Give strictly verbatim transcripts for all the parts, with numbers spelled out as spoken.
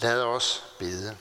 Lad os bede.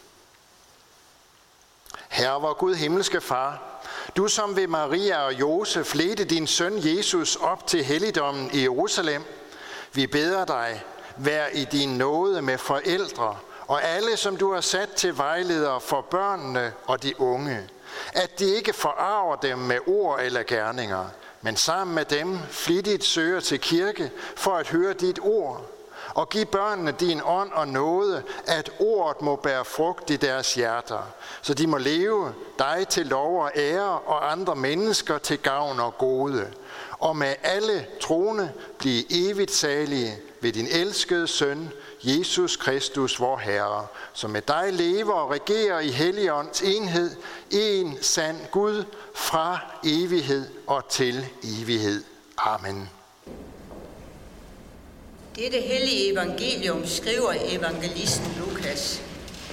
Herre, vor Gud himmelske Far, du som ved Maria og Josef ledte din søn Jesus op til helligdommen i Jerusalem, vi beder dig, vær i din nåde med forældre og alle, som du har sat til vejledere for børnene og de unge, at de ikke forarver dem med ord eller gerninger, men sammen med dem flittigt søger til kirke for at høre dit ord, og giv børnene din ånd og nåde, at ordet må bære frugt i deres hjerter, så de må leve dig til lov og ære og andre mennesker til gavn og gode, og med alle troende blive evigt salige ved din elskede søn, Jesus Kristus, vor Herre, som med dig lever og regerer i Helligåndens enhed, en sand Gud, fra evighed og til evighed. Amen. Dette hellige evangelium skriver evangelisten Lukas.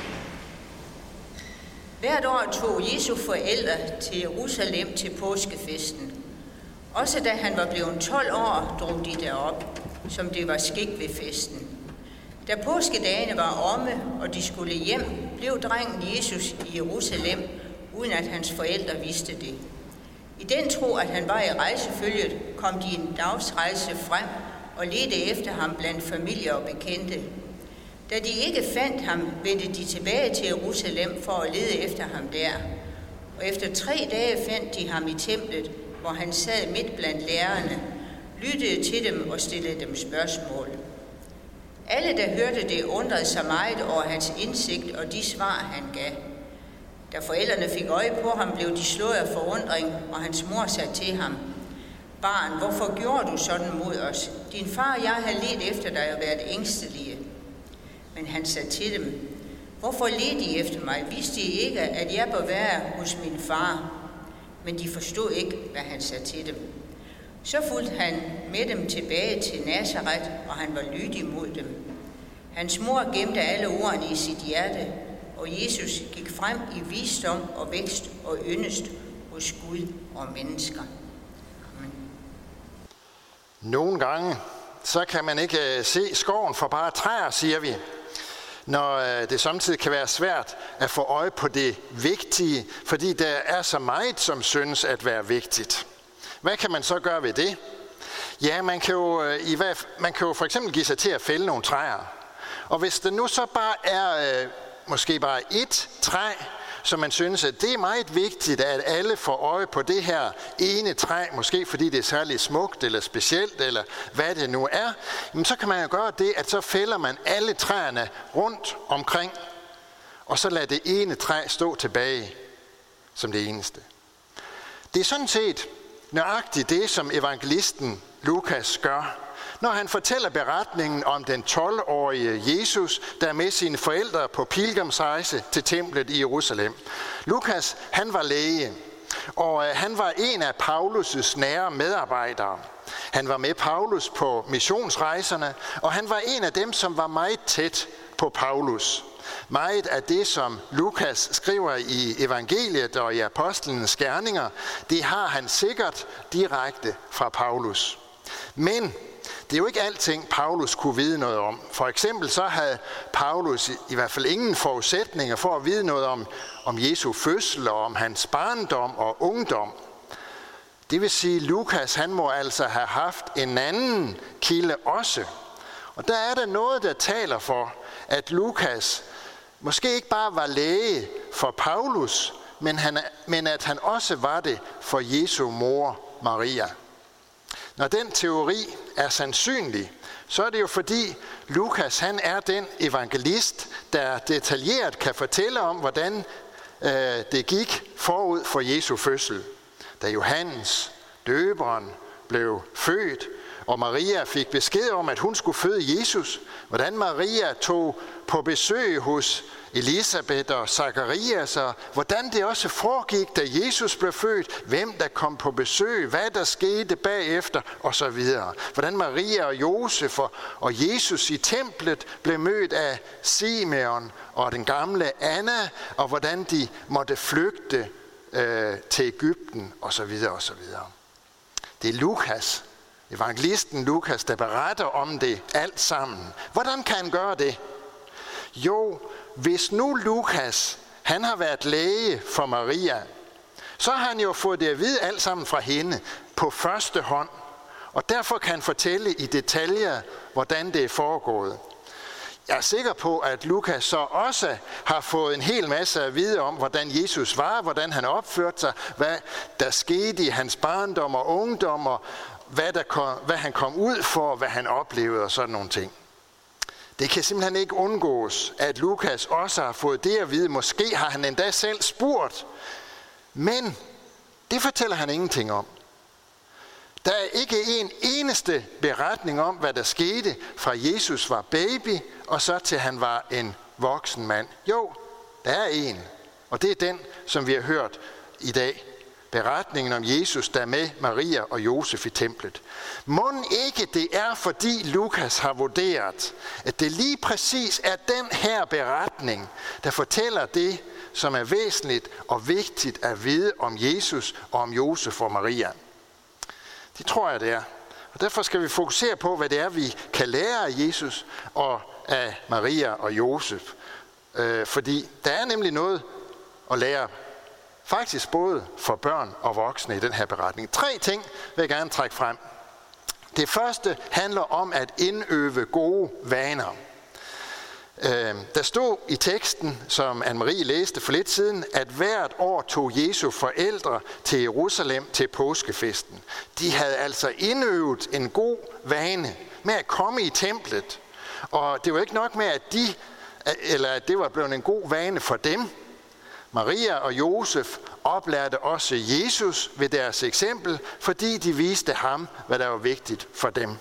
Hvert år tog Jesu forældre til Jerusalem til påskefesten. Også da han var blevet tolv år, drog de derop, som det var skik ved festen. Da påskedagene var omme, og de skulle hjem, blev drengen Jesus i Jerusalem, uden at hans forældre vidste det. I den tro, at han var i rejsefølget, kom de en dagsrejse frem og ledte efter ham blandt familier og bekendte. Da de ikke fandt ham, vendte de tilbage til Jerusalem for at lede efter ham der. Og efter tre dage fandt de ham i templet, hvor han sad midt blandt lærerne, lyttede til dem og stillede dem spørgsmål. Alle, der hørte det, undrede sig meget over hans indsigt og de svar, han gav. Da forældrene fik øje på ham, blev de slået af forundring, og hans mor sagde til ham: Barn, hvorfor gjorde du sådan mod os? Din far og jeg har ledt efter dig og været ængstelige. Men han sagde til dem: Hvorfor ledte I efter mig? Vidste I ikke, at jeg bør være hos min far? Men de forstod ikke, hvad han sagde til dem. Så fulgte han med dem tilbage til Nazaret, og han var lydig mod dem. Hans mor gemte alle ordene i sit hjerte, og Jesus gik frem i visdom og vækst og yndest hos Gud og mennesker. Amen. Nogle gange, så kan man ikke se skoven for bare træer, siger vi. Når det samtidig kan være svært at få øje på det vigtige, fordi der er så meget, som synes at være vigtigt. Hvad kan man så gøre ved det? Ja, man kan jo, i hvad, man kan jo for eksempel give sig til at fælde nogle træer. Og hvis det nu så bare er øh, måske bare ét træ, så man synes, at det er meget vigtigt, at alle får øje på det her ene træ, måske fordi det er særligt smukt eller specielt, eller hvad det nu er, jamen så kan man jo gøre det, at så fælder man alle træerne rundt omkring, og så lader det ene træ stå tilbage som det eneste. Det er sådan set nøjagtigt det, som evangelisten Lukas gør, når han fortæller beretningen om den tolv-årige Jesus, der er med sine forældre på pilgrimsrejse til templet i Jerusalem. Lukas, han var læge, og han var en af Paulus' nære medarbejdere. Han var med Paulus på missionsrejserne, og han var en af dem, som var meget tæt på Paulus. Meget af det, som Lukas skriver i evangeliet og i apostlenes gerninger, det har han sikkert direkte fra Paulus. Men det er jo ikke alting, Paulus kunne vide noget om. For eksempel så havde Paulus i hvert fald ingen forudsætninger for at vide noget om, om Jesu fødsel og om hans barndom og ungdom. Det vil sige, at Lukas han må altså have haft en anden kilde også. Og der er der noget, der taler for, at Lukas måske ikke bare var læge for Paulus, men, han, men at han også var det for Jesu mor Maria. Når den teori er sandsynlig, så er det jo fordi Lukas han er den evangelist, der detaljeret kan fortælle om, hvordan øh, det gik forud for Jesu fødsel. Da Johannes, døberen, blev født, og Maria fik besked om, at hun skulle føde Jesus. Hvordan Maria tog på besøg hos Elisabeth og Zakarias, og hvordan det også foregik, da Jesus blev født, hvem der kom på besøg, hvad der skete bagefter osv. Hvordan Maria og Josef og Jesus i templet blev mødt af Simeon og den gamle Anna, og hvordan de måtte flygte øh, til Egypten osv. osv. Det er Lukas, evangelisten Lukas, der beretter om det alt sammen. Hvordan kan han gøre det? Jo, hvis nu Lukas, han har været læge for Maria, så har han jo fået det at vide alt sammen fra hende på første hånd. Og derfor kan han fortælle i detaljer, hvordan det er foregået. Jeg er sikker på, at Lukas så også har fået en hel masse at vide om, hvordan Jesus var, hvordan han opførte sig, hvad der skete i hans barndom og ungdom, og hvad, der kom, hvad han kom ud for, hvad han oplevede og sådan nogle ting. Det kan simpelthen ikke undgås, at Lukas også har fået det at vide. Måske har han endda selv spurgt, men det fortæller han ingenting om. Der er ikke en eneste beretning om, hvad der skete fra Jesus var baby, og så til han var en voksen mand. Jo, der er en, og det er den, som vi har hørt i dag. Beretningen om Jesus, der er med Maria og Josef i templet. Mon ikke det er, fordi Lukas har vurderet, at det lige præcis er den her beretning, der fortæller det, som er væsentligt og vigtigt at vide om Jesus og om Josef og Maria. Det tror jeg, det er. Og derfor skal vi fokusere på, hvad det er, vi kan lære af Jesus og af Maria og Josef. Øh, fordi der er nemlig noget at lære, faktisk både for børn og voksne i den her beretning. Tre ting vil jeg gerne trække frem. Det første handler om at indøve gode vaner. Øh, der stod i teksten, som Anne-Marie læste for lidt siden, at hvert år tog Jesu forældre til Jerusalem til påskefesten. De havde altså indøvet en god vane med at komme i templet. Og det var ikke nok med, at, de, eller at det var blevet en god vane for dem. Maria og Josef oplærte også Jesus ved deres eksempel, fordi de viste ham, hvad der var vigtigt for dem.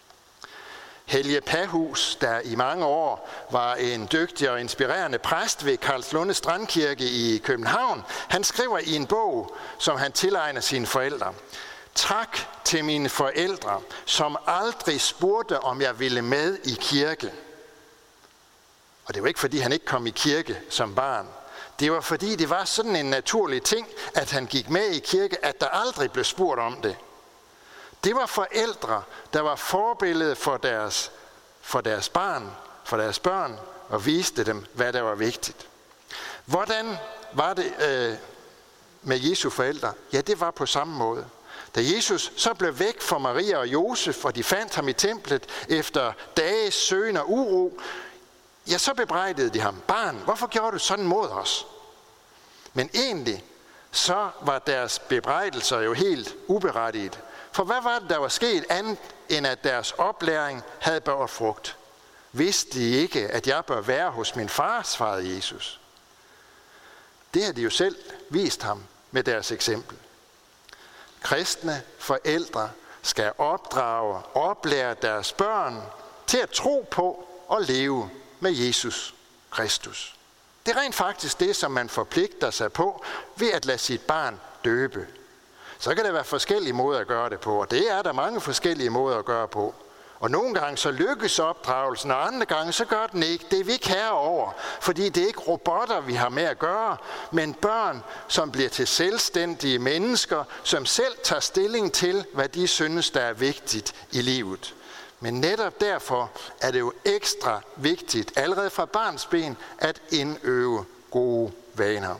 Helge Pahus, der i mange år var en dygtig og inspirerende præst ved Karlslunde Strandkirke i København, han skriver i en bog, som han tilegner sine forældre: Tak til mine forældre, som aldrig spurgte, om jeg ville med i kirke. Og det var ikke, fordi han ikke kom i kirke som barn. Det var, fordi det var sådan en naturlig ting, at han gik med i kirke, at der aldrig blev spurgt om det. Det var forældre, der var forbillede for deres, for deres barn, for deres børn, og viste dem, hvad der var vigtigt. Hvordan var det øh, med Jesu forældre? Ja, det var på samme måde. Da Jesus så blev væk fra Maria og Josef, og de fandt ham i templet efter dages søgen og uro, ja, så bebrejdede de ham: Barn, hvorfor gjorde du sådan mod os? Men egentlig, så var deres bebrejdelser jo helt uberettiget. For hvad var det, der var sket andet, end at deres oplæring havde båret frugt? Vidste de ikke, at jeg bør være hos min far, svarede Jesus. Det har de jo selv vist ham med deres eksempel. Kristne forældre skal opdrage og oplære deres børn til at tro på og leve med Jesus Kristus. Det er rent faktisk det, som man forpligter sig på ved at lade sit barn døbe. Så kan der være forskellige måder at gøre det på, og det er der mange forskellige måder at gøre på. Og nogle gange så lykkes opdragelsen, og andre gange så gør den ikke. Det er vi ikke herre over, fordi det er ikke robotter, vi har med at gøre, men børn, som bliver til selvstændige mennesker, som selv tager stilling til, hvad de synes, der er vigtigt i livet. Men netop derfor er det jo ekstra vigtigt, allerede fra barnsben, at indøve gode vaner.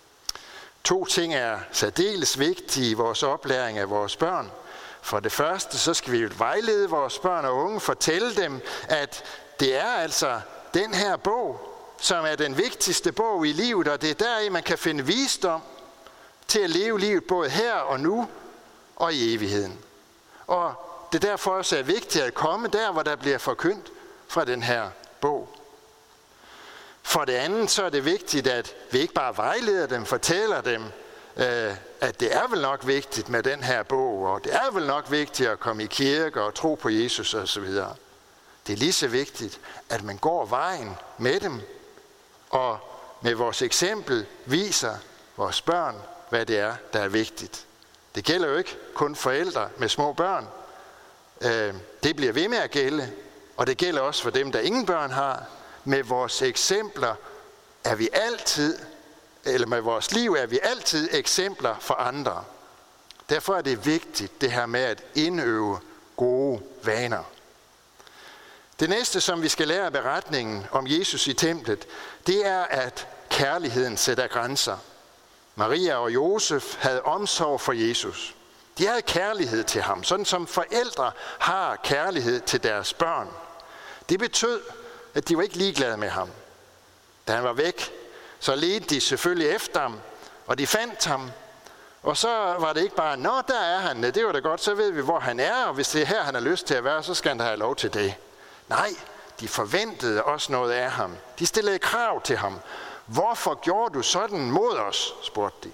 To ting er særdeles vigtige i vores oplæring af vores børn. For det første, så skal vi vejlede vores børn og unge, fortælle dem, at det er altså den her bog, som er den vigtigste bog i livet, og det er deri, man kan finde visdom til at leve livet både her og nu og i evigheden. Og det er derfor også er vigtigt at komme der, hvor der bliver forkyndt fra den her bog. For det andet, så er det vigtigt, at vi ikke bare vejleder dem, fortæller dem, at det er vel nok vigtigt med den her bog, og det er vel nok vigtigt at komme i kirke og tro på Jesus osv. Det er lige så vigtigt, at man går vejen med dem, og med vores eksempel viser vores børn, hvad det er, der er vigtigt. Det gælder jo ikke kun forældre med små børn. Det bliver ved med at gælde, og det gælder også for dem, der ingen børn har. Med vores eksempler er vi altid, eller med vores liv er vi altid eksempler for andre. Derfor er det vigtigt, det her med at indøve gode vaner. Det næste, som vi skal lære af beretningen om Jesus i templet, det er, at kærligheden sætter grænser. Maria og Josef havde omsorg for Jesus. De havde kærlighed til ham, sådan som forældre har kærlighed til deres børn. Det betød, at de var ikke ligeglade med ham. Da han var væk, så ledte de selvfølgelig efter ham, og de fandt ham. Og så var det ikke bare, nå, der er han, det var da godt, så ved vi, hvor han er, og hvis det er her, han har lyst til at være, så skal han da have lov til det. Nej, de forventede også noget af ham. De stillede krav til ham. Hvorfor gjorde du sådan mod os, spurgte de.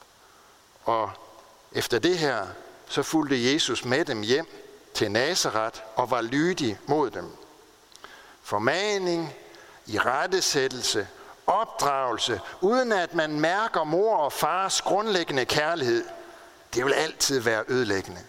Og efter det her, så fulgte Jesus med dem hjem til Nazaret og var lydig mod dem. Formaning, irettesættelse, opdragelse, uden at man mærker mor og fars grundlæggende kærlighed, det vil altid være ødelæggende.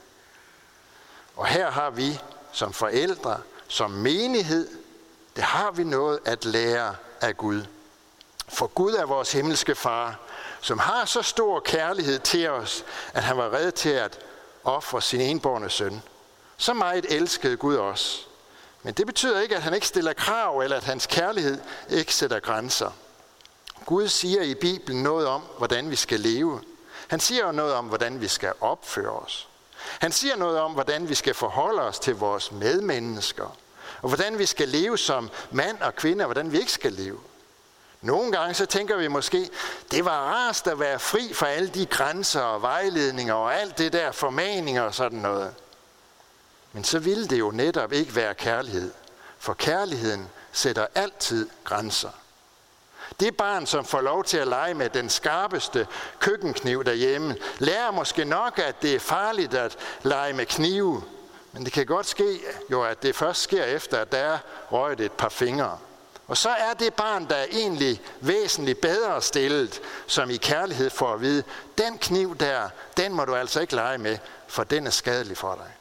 Og her har vi som forældre, som menighed, det har vi noget at lære af Gud. For Gud er vores himmelske far, som har så stor kærlighed til os, at han var rede til at ofre sin enbårne søn. Så meget elskede Gud os. Men det betyder ikke, at han ikke stiller krav, eller at hans kærlighed ikke sætter grænser. Gud siger i Bibelen noget om, hvordan vi skal leve. Han siger noget om, hvordan vi skal opføre os. Han siger noget om, hvordan vi skal forholde os til vores medmennesker. Og hvordan vi skal leve som mand og kvinde, og hvordan vi ikke skal leve. Nogle gange så tænker vi måske, det var rarest at være fri fra alle de grænser og vejledninger og alt det der formaninger og sådan noget. Men så ville det jo netop ikke være kærlighed, for kærligheden sætter altid grænser. Det barn, som får lov til at lege med den skarpeste køkkenkniv derhjemme, lærer måske nok, at det er farligt at lege med knive. Men det kan godt ske, jo, at det først sker efter, at der er røget et par fingre. Og så er det barn, der er egentlig væsentligt bedre stillet, som i kærlighed får at vide, den kniv der, den må du altså ikke lege med, for den er skadelig for dig.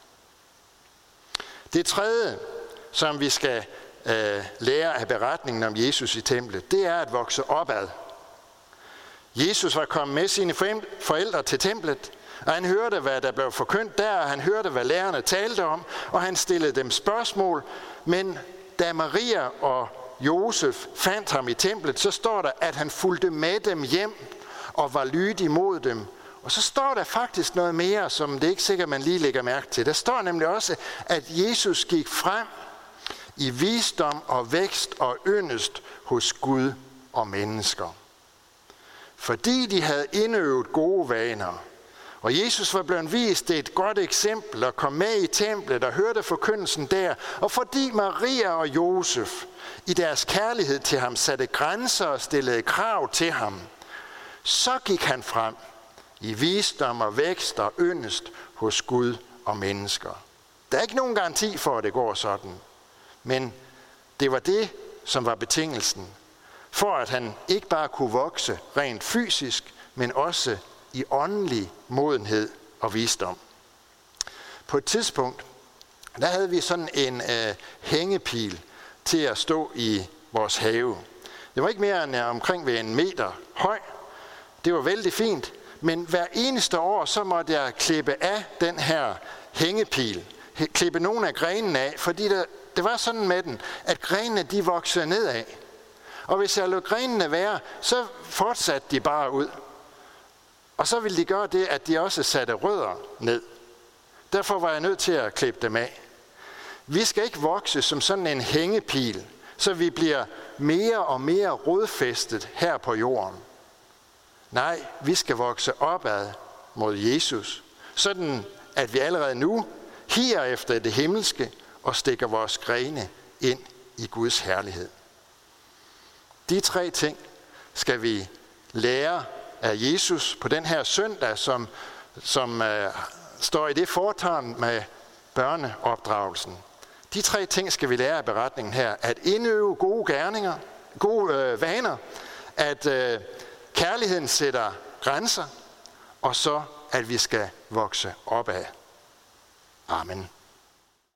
Det tredje, som vi skal øh, lære af beretningen om Jesus i templet, det er at vokse opad. Jesus var kommet med sine forældre til templet, og han hørte, hvad der blev forkyndt der, og han hørte, hvad lærerne talte om, og han stillede dem spørgsmål. Men da Maria og Josef fandt ham i templet, så står der, at han fulgte med dem hjem og var lydig mod dem. Og så står der faktisk noget mere, som det ikke sikkert, man lige lægger mærke til. Der står nemlig også, at Jesus gik frem i visdom og vækst og yndest hos Gud og mennesker. Fordi de havde indøvet gode vaner, og Jesus var blevet vist et godt eksempel og kom med i templet og hørte forkyndelsen der, og fordi Maria og Josef i deres kærlighed til ham satte grænser og stillede krav til ham, så gik han frem i visdom og vækst og yndest hos Gud og mennesker. Der er ikke nogen garanti for, at det går sådan, men det var det, som var betingelsen for, at han ikke bare kunne vokse rent fysisk, men også i åndelig modenhed og visdom. På et tidspunkt, der havde vi sådan en øh, hængepil til at stå i vores have. Det var ikke mere end omkring ved en meter høj. Det var vældig fint, men hver eneste år, så måtte jeg klippe af den her hængepil. Klippe nogle af grenene af, fordi der, det var sådan med den, at grenene de voksede nedad. Og hvis jeg lod grenene være, så fortsatte de bare ud. Og så ville de gøre det, at de også satte rødder ned. Derfor var jeg nødt til at klippe dem af. Vi skal ikke vokse som sådan en hængepil, så vi bliver mere og mere rodfæstet her på jorden. Nej, vi skal vokse opad mod Jesus, sådan at vi allerede nu higer efter det himmelske og stikker vores grene ind i Guds herlighed. De tre ting skal vi lære af Jesus på den her søndag, som, som uh, står i det fortegn med børneopdragelsen. De tre ting skal vi lære af beretningen her. At indøve gode gerninger, gode øh, vaner, at øh, kærligheden sætter grænser, og så at vi skal vokse opad. Amen.